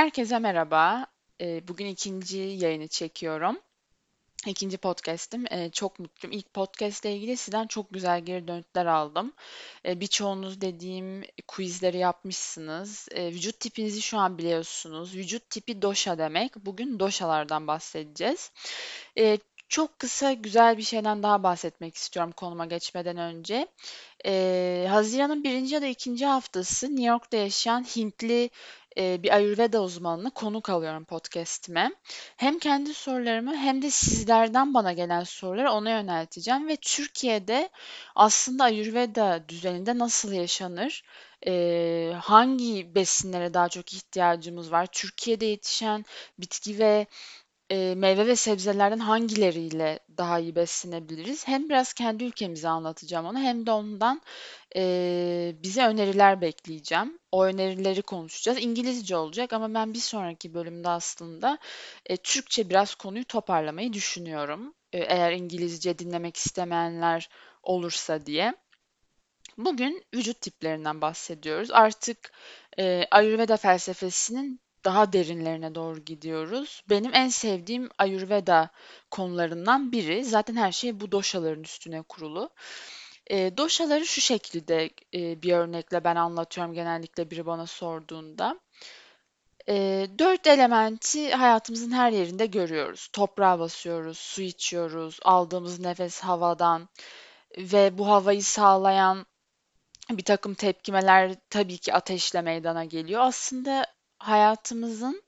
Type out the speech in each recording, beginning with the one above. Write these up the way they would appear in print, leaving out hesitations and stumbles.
Herkese merhaba. Bugün ikinci yayını çekiyorum. İkinci podcast'im. Çok mutluyum. İlk podcast ile ilgili sizden çok güzel geri dönütler aldım. Birçoğunuz dediğim quizleri yapmışsınız. Vücut tipinizi şu an biliyorsunuz. Vücut tipi doşa demek. Bugün doşalardan bahsedeceğiz. Ee, Çok kısa güzel bir şeyden daha bahsetmek istiyorum konuma geçmeden önce. Haziran'ın birinci ya da ikinci haftası New York'ta yaşayan Hintli bir Ayurveda uzmanını konuk alıyorum podcast'ime. Hem kendi sorularımı hem de sizlerden bana gelen soruları ona yönelteceğim ve Türkiye'de aslında Ayurveda düzeninde nasıl yaşanır, hangi besinlere daha çok ihtiyacımız var, Türkiye'de yetişen bitki ve meyve ve sebzelerden hangileriyle daha iyi beslenebiliriz? Hem biraz kendi ülkemizi anlatacağım ona hem de ondan bize öneriler bekleyeceğim. O önerileri konuşacağız. İngilizce olacak ama ben bir sonraki bölümde aslında Türkçe biraz konuyu toparlamayı düşünüyorum. Eğer İngilizce dinlemek istemeyenler olursa diye. Bugün vücut tiplerinden bahsediyoruz. Artık Ayurveda felsefesinin daha derinlerine doğru gidiyoruz. Benim en sevdiğim Ayurveda konularından biri. Zaten her şey bu doşaların üstüne kurulu. Doşaları şu şekilde bir örnekle ben anlatıyorum genellikle biri bana sorduğunda. Dört elementi hayatımızın her yerinde görüyoruz. Toprağa basıyoruz, su içiyoruz, aldığımız nefes havadan ve bu havayı sağlayan bir takım tepkimeler tabii ki ateşle meydana geliyor. Aslında hayatımızın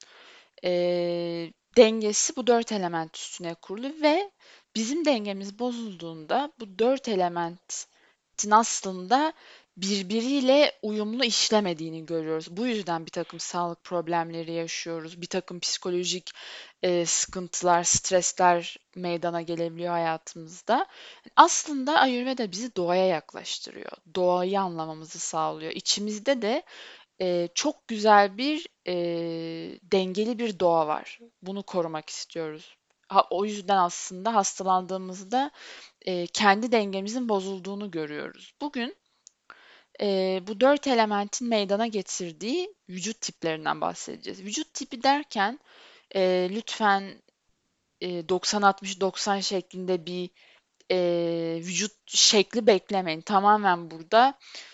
dengesi bu dört element üstüne kurulu ve bizim dengemiz bozulduğunda bu dört elementin aslında birbiriyle uyumlu işlemediğini görüyoruz. Bu yüzden bir takım sağlık problemleri yaşıyoruz. Bir takım psikolojik sıkıntılar, stresler meydana gelebiliyor hayatımızda. Aslında Ayurveda bizi doğaya yaklaştırıyor. Doğayı anlamamızı sağlıyor. İçimizde de çok güzel bir dengeli bir doğa var. Bunu korumak istiyoruz. O yüzden aslında hastalandığımızda kendi dengemizin bozulduğunu görüyoruz. Bugün bu dört elementin meydana getirdiği vücut tiplerinden bahsedeceğiz. Vücut tipi derken lütfen 90-60-90 şeklinde bir vücut şekli beklemeyin. Tamamen burada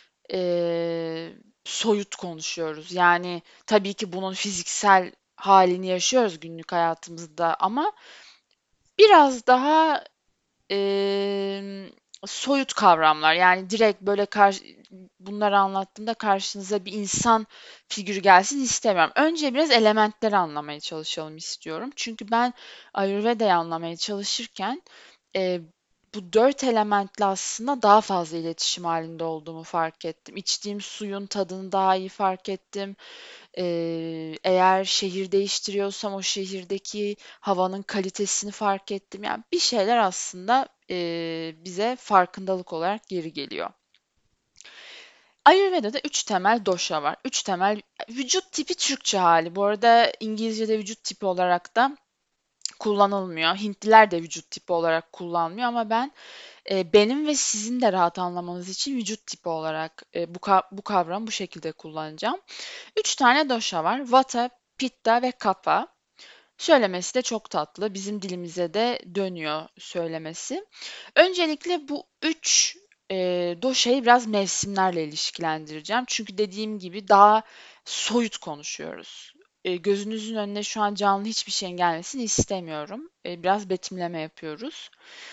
soyut konuşuyoruz. Yani tabii ki bunun fiziksel halini yaşıyoruz günlük hayatımızda ama biraz daha eee, soyut kavramlar. Yani direkt böyle bunları anlattığımda karşınıza bir insan figürü gelsin istemiyorum. Önce biraz elementleri anlamaya çalışalım istiyorum. Çünkü ben Ayurveda'yı anlamaya çalışırken Eee, bu 4 elementle aslında daha fazla iletişim halinde olduğumu fark ettim. İçtiğim suyun tadını daha iyi fark ettim. Eğer şehir değiştiriyorsam o şehirdeki havanın kalitesini fark ettim. Yani bir şeyler aslında bize farkındalık olarak geri geliyor. Ayurveda'da 3 temel doşa var. 3 temel vücut tipi Türkçe hali. Bu arada İngilizce'de vücut tipi olarak da kullanılmıyor. Hintliler de vücut tipi olarak kullanmıyor ama ben benim ve sizin de rahat anlamanız için vücut tipi olarak bu kavramı bu şekilde kullanacağım. Üç tane dosha var. Vata, Pitta ve Kapha. Söylemesi de çok tatlı. Bizim dilimize de dönüyor söylemesi. Öncelikle bu üç doşayı biraz mevsimlerle ilişkilendireceğim. Çünkü dediğim gibi daha soyut konuşuyoruz. Gözünüzün önüne şu an canlı hiçbir şeyin gelmesini istemiyorum. Biraz betimleme yapıyoruz.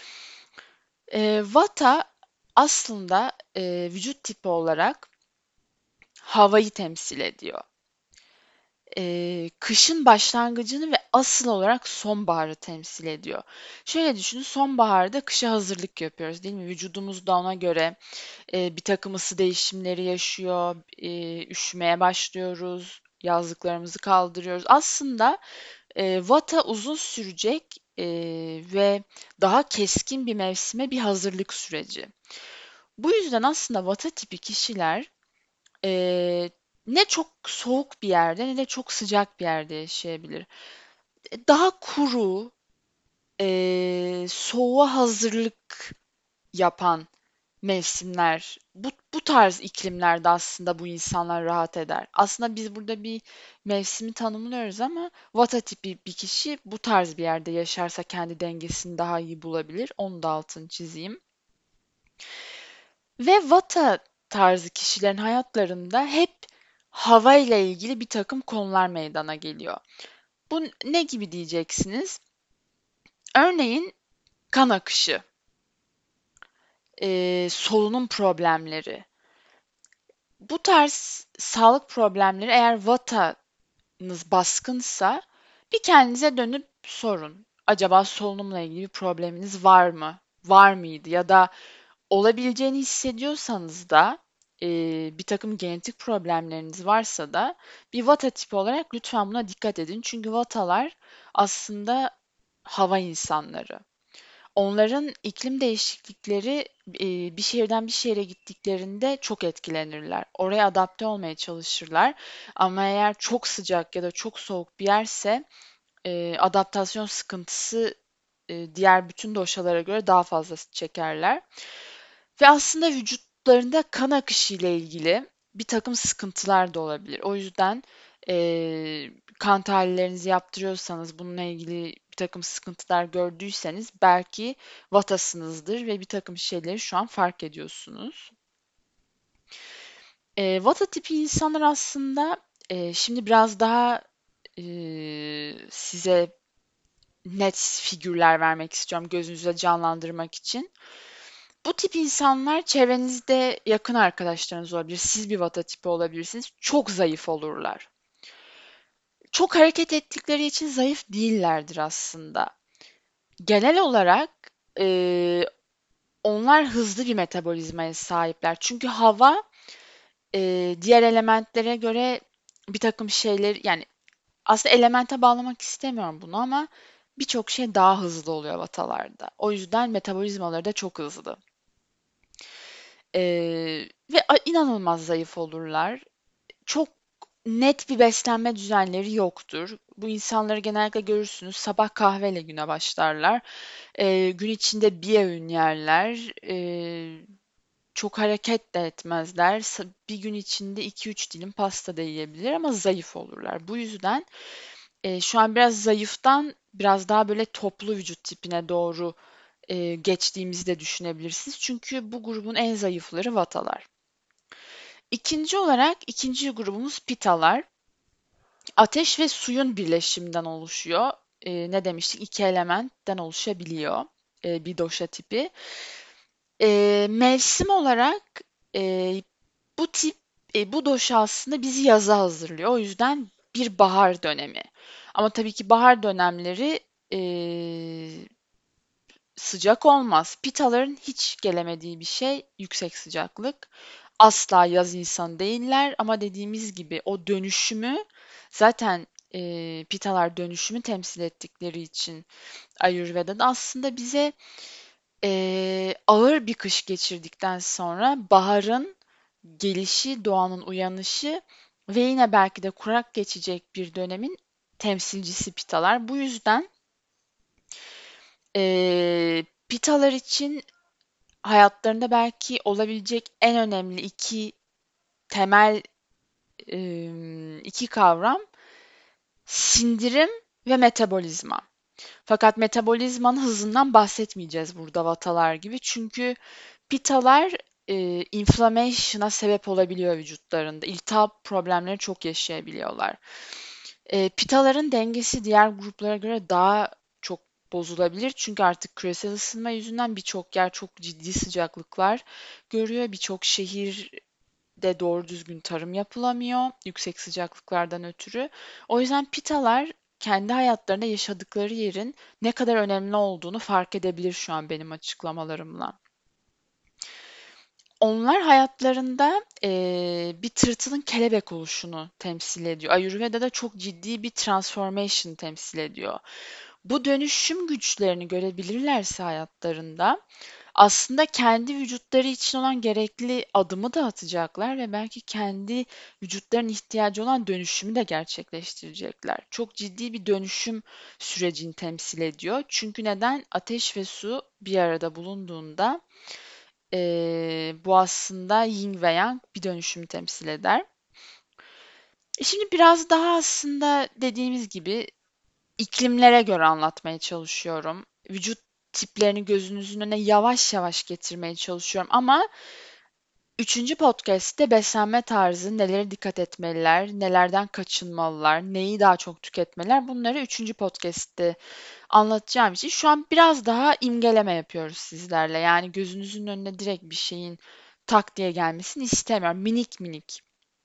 Vata aslında vücut tipi olarak havayı temsil ediyor. Kışın başlangıcını ve asıl olarak sonbaharı temsil ediyor. Şöyle düşünün, sonbaharda kışa hazırlık yapıyoruz değil mi? Vücudumuz da ona göre bir takım ısı değişimleri yaşıyor, üşümeye başlıyoruz, yazlıklarımızı kaldırıyoruz. Aslında Vata uzun sürecek ve daha keskin bir mevsime bir hazırlık süreci. Bu yüzden aslında Vata tipi kişiler Eee, ne çok soğuk bir yerde ne de çok sıcak bir yerde yaşayabilir. Daha kuru, soğuğa hazırlık yapan mevsimler. Bu tarz iklimlerde aslında bu insanlar rahat eder. Aslında biz burada bir mevsimi tanımlıyoruz ama Vata tipi bir kişi bu tarz bir yerde yaşarsa kendi dengesini daha iyi bulabilir. Onu da altını çizeyim. Ve Vata tarzı kişilerin hayatlarında hep hava ile ilgili bir takım konular meydana geliyor. Bu ne gibi diyeceksiniz? Örneğin kan akışı, solunum problemleri. Bu tarz sağlık problemleri eğer Vata'nız baskınsa bir kendinize dönüp sorun. Acaba solunumla ilgili bir probleminiz var mı? Var mıydı? Ya da olabileceğini hissediyorsanız da bir takım genetik problemleriniz varsa da bir Vata tipi olarak lütfen buna dikkat edin. Çünkü Vatalar aslında hava insanları. Onların iklim değişiklikleri bir şehirden bir şehre gittiklerinde çok etkilenirler. Oraya adapte olmaya çalışırlar. Ama eğer çok sıcak ya da çok soğuk bir yerse adaptasyon sıkıntısı diğer bütün doşalara göre daha fazla çekerler. Ve aslında vücutlarında kan akışı ile ilgili bir takım sıkıntılar da olabilir. O yüzden kan tahlillerinizi yaptırıyorsanız bununla ilgili bir takım sıkıntılar gördüyseniz belki vatasınızdır ve bir takım şeyleri şu an fark ediyorsunuz. Vata tipi insanlar aslında şimdi biraz daha size net figürler vermek istiyorum gözünüzde canlandırmak için. Bu tip insanlar çevrenizde yakın arkadaşlarınız olabilir. Siz bir vata tipi olabilirsiniz. Çok zayıf olurlar. Çok hareket ettikleri için zayıf değillerdir aslında. Genel olarak e, onlar hızlı bir metabolizmaya sahipler. Çünkü hava diğer elementlere göre bir takım şeyler yani aslında elemente bağlamak istemiyorum bunu ama birçok şey daha hızlı oluyor vatalarda. O yüzden metabolizmaları da çok hızlı. Ve inanılmaz zayıf olurlar. Çok net bir beslenme düzenleri yoktur. Bu insanları genellikle görürsünüz sabah kahveyle güne başlarlar. Gün içinde bir öğün yerler. Çok hareket de etmezler. Bir gün içinde iki üç dilim pasta da yiyebilir ama zayıf olurlar. Bu yüzden şu an biraz zayıftan biraz daha böyle toplu vücut tipine doğru geçtiğimizi de düşünebilirsiniz. Çünkü bu grubun en zayıfları vatalar. İkinci olarak ikinci grubumuz pitalar. Ateş ve suyun birleşiminden oluşuyor. Ne demiştik? İki elementten oluşabiliyor bir doşa tipi. Mevsim olarak e, bu tip bu doşa aslında bizi yaza hazırlıyor. O yüzden bir bahar dönemi. Ama tabii ki bahar dönemleri e, sıcak olmaz. Pitaların hiç gelemediği bir şey yüksek sıcaklık. Asla yaz insanı değiller ama dediğimiz gibi o dönüşümü zaten pitalar dönüşümü temsil ettikleri için Ayurveda'da aslında bize ağır bir kış geçirdikten sonra baharın gelişi, doğanın uyanışı ve yine belki de kurak geçecek bir dönemin temsilcisi pitalar. Bu yüzden pitalar için hayatlarında belki olabilecek en önemli iki temel iki kavram sindirim ve metabolizma. Fakat metabolizmanın hızından bahsetmeyeceğiz burada vatalar gibi. Çünkü pitalar inflammation'a sebep olabiliyor vücutlarında. İltihap problemleri çok yaşayabiliyorlar. Pitaların dengesi diğer gruplara göre daha çok bozulabilir. Çünkü artık küresel ısınma yüzünden birçok yer çok ciddi sıcaklıklar görüyor. Birçok şehirde doğru düzgün tarım yapılamıyor yüksek sıcaklıklardan ötürü. O yüzden pitalar kendi hayatlarında yaşadıkları yerin ne kadar önemli olduğunu fark edebilir şu an benim açıklamalarımla. Onlar hayatlarında bir tırtılın kelebek oluşunu temsil ediyor. Ayurveda'da çok ciddi bir transformation temsil ediyor. Bu dönüşüm güçlerini görebilirlerse hayatlarında aslında kendi vücutları için olan gerekli adımı da atacaklar ve belki kendi vücutlarının ihtiyacı olan dönüşümü de gerçekleştirecekler. Çok ciddi bir dönüşüm sürecini temsil ediyor. Çünkü neden? Ateş ve su bir arada bulunduğunda Bu aslında yin ve yang bir dönüşümü temsil eder. Şimdi biraz daha aslında dediğimiz gibi iklimlere göre anlatmaya çalışıyorum. Vücut tiplerini gözünüzün önüne yavaş yavaş getirmeye çalışıyorum ama üçüncü podcast'te beslenme tarzı, nelere dikkat etmeliler, nelerden kaçınmalılar, neyi daha çok tüketmeliler, bunları üçüncü podcast'te anlatacağım için şu an biraz daha imgeleme yapıyoruz sizlerle. Yani gözünüzün önüne direkt bir şeyin tak diye gelmesini istemiyorum. Minik minik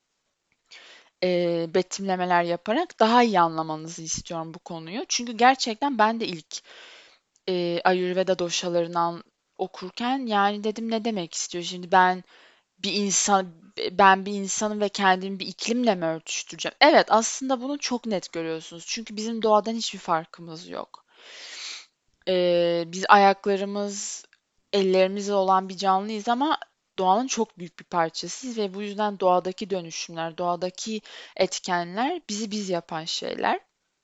betimlemeler yaparak daha iyi anlamanızı istiyorum bu konuyu. Çünkü gerçekten ben de ilk Ayurveda dosyalarını okurken yani dedim ne demek istiyor şimdi bir insan ben bir insanım ve kendimi bir iklimle mi örtüştüreceğim? Evet, aslında bunu çok net görüyorsunuz. Çünkü bizim doğadan hiçbir farkımız yok. Biz ayaklarımız, ellerimizle olan bir canlıyız ama doğanın çok büyük bir parçasıyız ve bu yüzden doğadaki dönüşümler, doğadaki etkenler bizi biz yapan şeyler.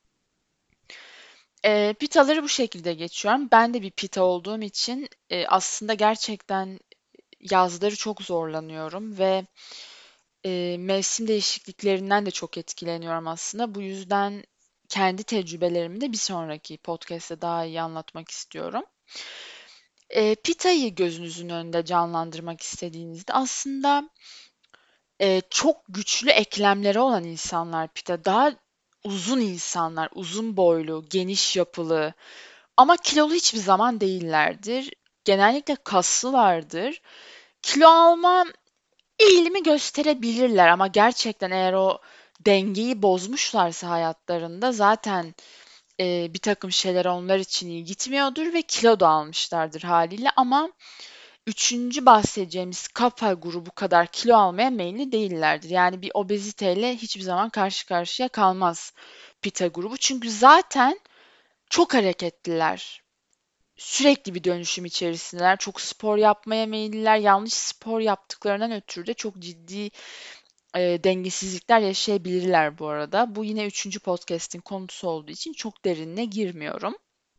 Pitaları bu şekilde geçiyorum. Ben de bir pita olduğum için aslında gerçekten yazları çok zorlanıyorum ve mevsim değişikliklerinden de çok etkileniyorum aslında. Bu yüzden kendi tecrübelerimi de bir sonraki podcast'te daha iyi anlatmak istiyorum. Pita'yı gözünüzün önünde canlandırmak istediğinizde aslında çok güçlü eklemleri olan insanlar Pita. Daha uzun insanlar, uzun boylu, geniş yapılı ama kilolu hiçbir zaman değillerdir. Genellikle kaslılardır. Kilo alma eğilimi gösterebilirler ama gerçekten eğer o dengeyi bozmuşlarsa hayatlarında zaten bir takım şeyler onlar için iyi gitmiyordur ve kilo da almışlardır haliyle ama üçüncü bahsedeceğimiz kafa grubu kadar kilo almaya meyilli değillerdir. Yani bir obeziteyle hiçbir zaman karşı karşıya kalmaz pita grubu. Çünkü zaten çok hareketliler. Sürekli bir dönüşüm içerisindeler. Çok spor yapmaya meyilliler. Yanlış spor yaptıklarından ötürü de çok ciddi dengesizlikler yaşayabilirler bu arada. Bu yine üçüncü podcast'in konusu olduğu için çok derinine girmiyorum.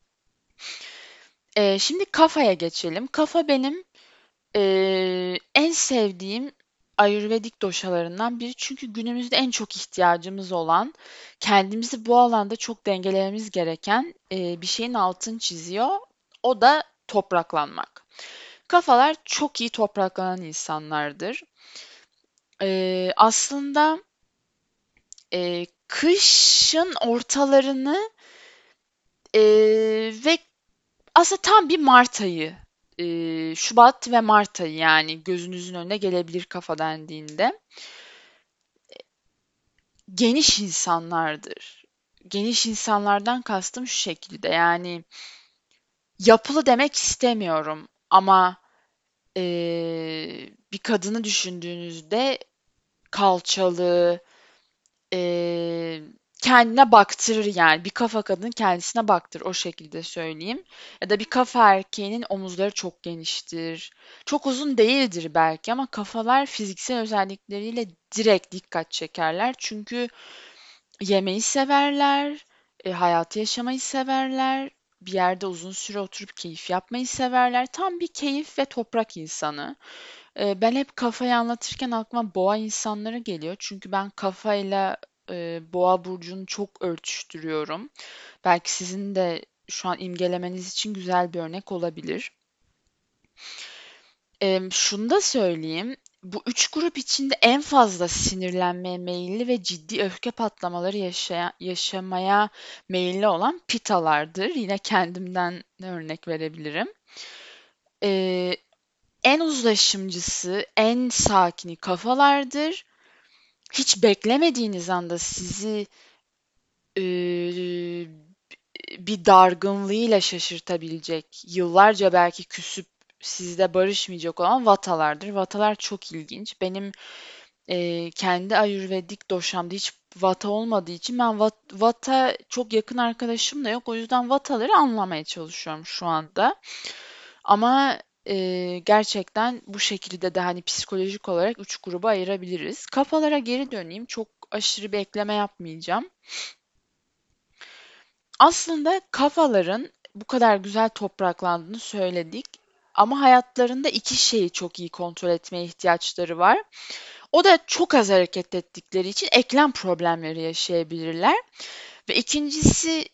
Şimdi kafaya geçelim. Kafa benim en sevdiğim Ayurvedik doşalarından biri. Çünkü günümüzde en çok ihtiyacımız olan, kendimizi bu alanda çok dengelememiz gereken bir şeyin altını çiziyor. O da topraklanmak. Kafalar çok iyi topraklanan insanlardır. Aslında kışın ortalarını ve aslında tam bir Mart ayı, Şubat ve Mart ayı yani gözünüzün önüne gelebilir kafa dendiğinde. Geniş insanlardır. Geniş insanlardan kastım şu şekilde yani yapılı demek istemiyorum ama bir kadını düşündüğünüzde kalçalı, eee, kendine baktırır yani. Bir kafa kadın kendisine baktırır o şekilde söyleyeyim. Ya da bir kafa erkeğinin omuzları çok geniştir. Çok uzun değildir belki ama kafalar fiziksel özellikleriyle direkt dikkat çekerler. Çünkü yemeği severler, hayatı yaşamayı severler, bir yerde uzun süre oturup keyif yapmayı severler. Tam bir keyif ve toprak insanı. Ben hep kafayı anlatırken aklıma boğa insanları geliyor. Çünkü ben kafayla boğa burcunu çok örtüştürüyorum. Belki sizin de şu an imgelemeniz için güzel bir örnek olabilir. Şunu da söyleyeyim. Bu üç grup içinde en fazla sinirlenmeye meyilli ve ciddi öfke patlamaları yaşamaya meyilli olan pitalardır. Yine kendimden örnek verebilirim. Ee, En uzlaşımcısı, en sakini kafalardır. Hiç beklemediğiniz anda sizi eee, bir dargınlığıyla şaşırtabilecek, yıllarca belki küsüp sizde barışmayacak olan vatalardır. Vatalar çok ilginç. Benim kendi Ayurvedik doşamda hiç vata olmadığı için ben vata çok yakın arkadaşım da yok. O yüzden vataları anlamaya çalışıyorum şu anda. Ama gerçekten bu şekilde de hani psikolojik olarak üç gruba ayırabiliriz. Kafalara geri döneyim. Çok aşırı bir ekleme yapmayacağım. Aslında kafaların bu kadar güzel topraklandığını söyledik. Ama hayatlarında iki şeyi çok iyi kontrol etmeye ihtiyaçları var. O da çok az hareket ettikleri için eklem problemleri yaşayabilirler. Ve ikincisi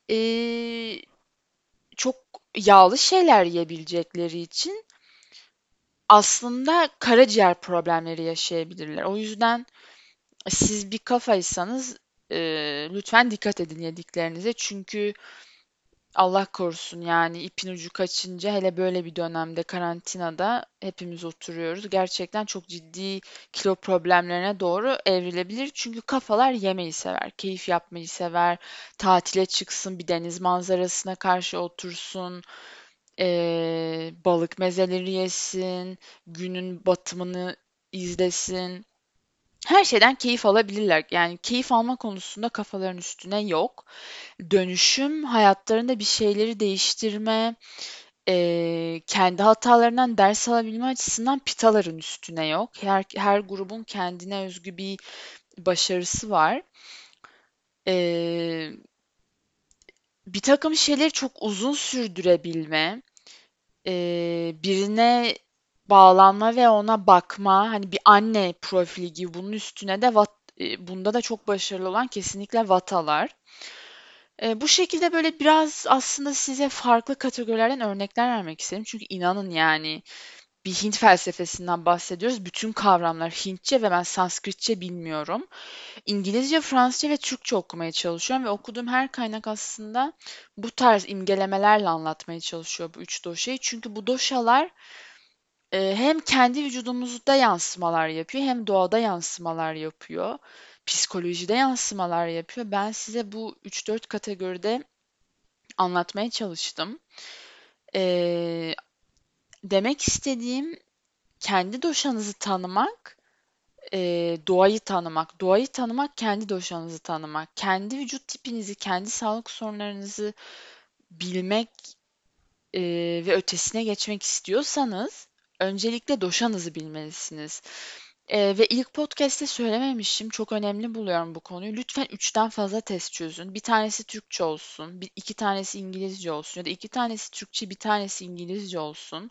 çok yağlı şeyler yiyebilecekleri için aslında karaciğer problemleri yaşayabilirler. O yüzden siz bir kafaysanız lütfen dikkat edin yediklerinize. Çünkü Allah korusun yani ipin ucu kaçınca hele böyle bir dönemde karantinada hepimiz oturuyoruz. Gerçekten çok ciddi kilo problemlerine doğru evrilebilir. Çünkü kafalar yemeyi sever, keyif yapmayı sever, tatile çıksın, bir deniz manzarasına karşı otursun, balık mezeleri yesin, günün batımını izlesin. Her şeyden keyif alabilirler. Yani keyif alma konusunda kafaların üstüne yok. Dönüşüm, hayatlarında bir şeyleri değiştirme, kendi hatalarından ders alabilme açısından pitaların üstüne yok. Her grubun kendine özgü bir başarısı var. Eee, bir takım şeyleri çok uzun sürdürebilme, birine bağlanma ve ona bakma, hani bir anne profili gibi bunun üstüne de bunda da çok başarılı olan kesinlikle Vatalar. Bu şekilde böyle biraz aslında size farklı kategorilerden örnekler vermek istedim. Çünkü inanın yani bir Hint felsefesinden bahsediyoruz. Bütün kavramlar Hintçe ve ben Sanskritçe bilmiyorum. İngilizce, Fransızca ve Türkçe okumaya çalışıyorum ve okuduğum her kaynak aslında bu tarz imgelemelerle anlatmaya çalışıyor bu üç doşayı. Çünkü bu doşalar hem kendi vücudumuzda yansımalar yapıyor hem doğada yansımalar yapıyor. Psikolojide yansımalar yapıyor. Ben size bu üç dört kategoride anlatmaya çalıştım. Eee, demek istediğim kendi doşanızı tanımak, doğayı tanımak. Doğayı tanımak, kendi doşanızı tanımak. Kendi vücut tipinizi, kendi sağlık sorunlarınızı bilmek ve ötesine geçmek istiyorsanız öncelikle doşanızı bilmelisiniz. Ve ilk podcast'te söylememişim. Çok önemli buluyorum bu konuyu. Lütfen üçten fazla test çözün. Bir tanesi Türkçe olsun, iki tanesi İngilizce olsun ya da iki tanesi Türkçe, bir tanesi İngilizce olsun.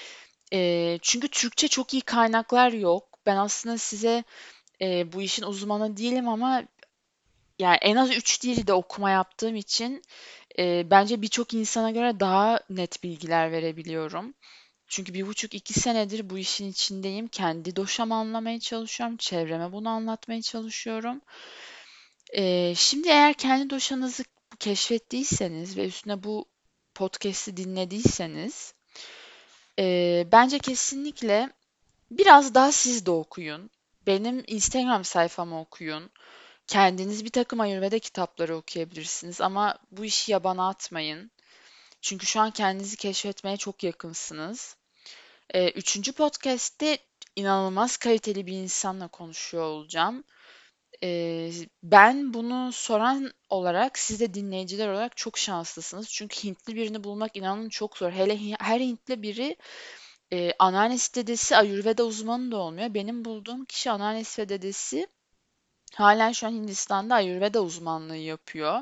Çünkü Türkçe çok iyi kaynaklar yok. Ben aslında size bu işin uzmanı değilim ama yani en az üç dili de okuma yaptığım için bence birçok insana göre daha net bilgiler verebiliyorum. Çünkü 1,5-2 senedir bu işin içindeyim. Kendi doşamı anlamaya çalışıyorum. Çevreme bunu anlatmaya çalışıyorum. Şimdi eğer kendi doşanızı keşfettiyseniz ve üstüne bu podcast'i dinlediyseniz, bence kesinlikle biraz daha siz de okuyun. Benim Instagram sayfamı okuyun. Kendiniz bir takım Ayurveda kitapları okuyabilirsiniz ama bu işi yabana atmayın. Çünkü şu an kendinizi keşfetmeye çok yakınsınız. Üçüncü podcast'te inanılmaz kaliteli bir insanla konuşuyor olacağım. Ben bunu soran olarak, siz de dinleyiciler olarak çok şanslısınız. Çünkü Hintli birini bulmak inanın çok zor. Hele her Hintli biri anneannesi dedesi Ayurveda uzmanı da olmuyor. Benim bulduğum kişi anneannesi ve dedesi halen şu an Hindistan'da Ayurveda uzmanlığı yapıyor.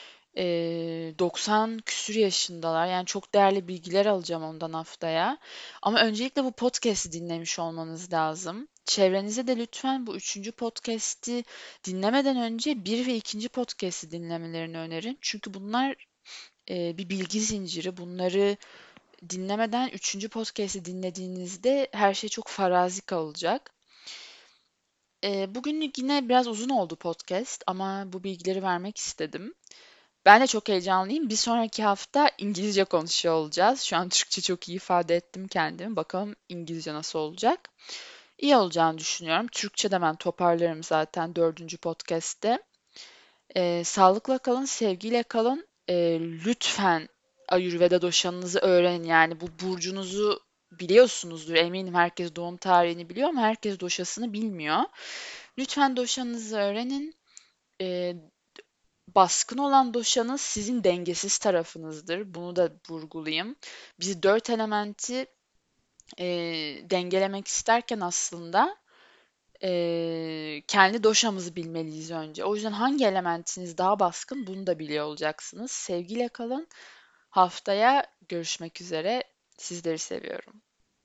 90 küsür yaşındalar. Yani çok değerli bilgiler alacağım ondan haftaya. Ama öncelikle bu podcast'i dinlemiş olmanız lazım. Çevrenize de lütfen bu üçüncü podcast'i dinlemeden önce bir ve ikinci podcast'i dinlemelerini önerin. Çünkü bunlar bir bilgi zinciri. Bunları dinlemeden üçüncü podcast'i dinlediğinizde her şey çok farazi kalacak. Bugünlük yine biraz uzun oldu podcast ama bu bilgileri vermek istedim. Ben de çok heyecanlıyım. Bir sonraki hafta İngilizce konuşuyor olacağız. Şu an Türkçe çok iyi ifade ettim kendimi. Bakalım İngilizce nasıl olacak. İyi olacağını düşünüyorum. Türkçe de ben toparlarım zaten dördüncü podcast'te. Sağlıkla kalın, sevgiyle kalın. Lütfen Ayurveda doşanınızı öğrenin. Yani bu burcunuzu biliyorsunuzdur. Eminim herkes doğum tarihini biliyor ama herkes doşasını bilmiyor. Lütfen doşanızı öğrenin. Ee, baskın olan doşanız sizin dengesiz tarafınızdır. Bunu da vurgulayayım. Biz dört elementi dengelemek isterken aslında kendi doşamızı bilmeliyiz önce. O yüzden hangi elementiniz daha baskın bunu da biliyor olacaksınız. Sevgiyle kalın. Haftaya görüşmek üzere. Sizleri seviyorum.